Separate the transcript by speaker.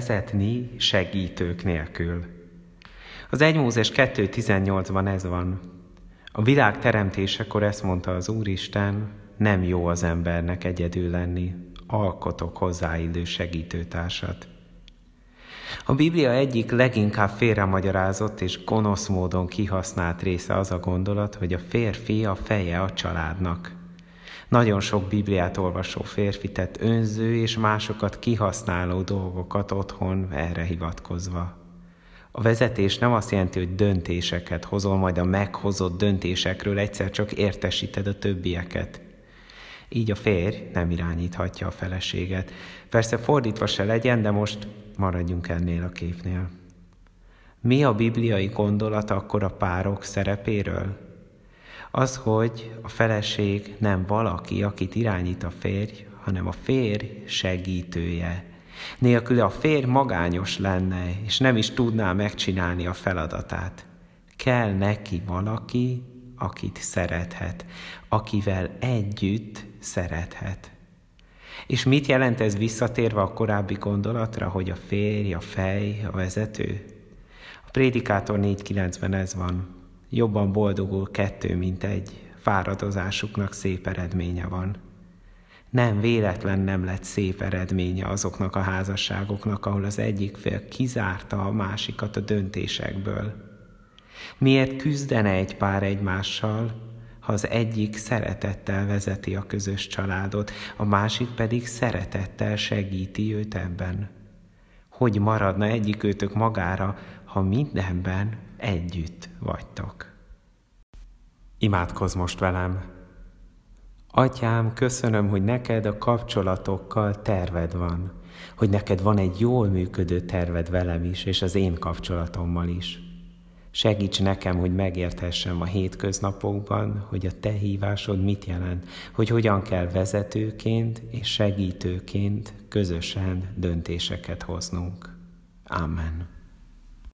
Speaker 1: vezetni segítők nélkül. Az 1 Mózes 2.18-ban ez van. A világ teremtésekor ezt mondta az Úristen, nem jó az embernek egyedül lenni, alkotok hozzáillő segítőtársat. A Biblia egyik leginkább félremagyarázott és gonosz módon kihasznált része az a gondolat, hogy a férfi a feje a családnak. Nagyon sok Bibliát olvasó férfi tett önző és másokat kihasználó dolgokat otthon erre hivatkozva. A vezetés nem azt jelenti, hogy döntéseket hozol, majd a meghozott döntésekről egyszer csak értesíted a többieket. Így a férj nem irányíthatja a feleséget. Persze fordítva se legyen, de most maradjunk ennél a képnél. Mi a bibliai gondolat akkor a párok szerepéről? Az, hogy a feleség nem valaki, akit irányít a férj, hanem a férj segítője. Nélküle a férj magányos lenne, és nem is tudná megcsinálni a feladatát. Kell neki valaki, akit szerethet, akivel együtt szerethet. És mit jelent ez visszatérve a korábbi gondolatra, hogy a férj, a fej, a vezető? A Prédikátor 4.9-ben ez van. Jobban boldogul 2, mint 1, fáradozásuknak szép eredménye van. Nem véletlen nem lett szép eredménye azoknak a házasságoknak, ahol az egyik fél kizárta a másikat a döntésekből. Miért küzdene egy pár egymással, ha az egyik szeretettel vezeti a közös családot, a másik pedig szeretettel segíti őt ebben? Hogy maradna egyikőtök magára, ha mindenben együtt vagytok? Imádkozz most velem! Atyám, köszönöm, hogy neked a kapcsolatokkal terved van, hogy neked van egy jól működő terved velem is, és az én kapcsolatommal is. Segíts nekem, hogy megérthessem a hétköznapokban, hogy a te hívásod mit jelent, hogy hogyan kell vezetőként és segítőként közösen döntéseket hoznunk. Amen.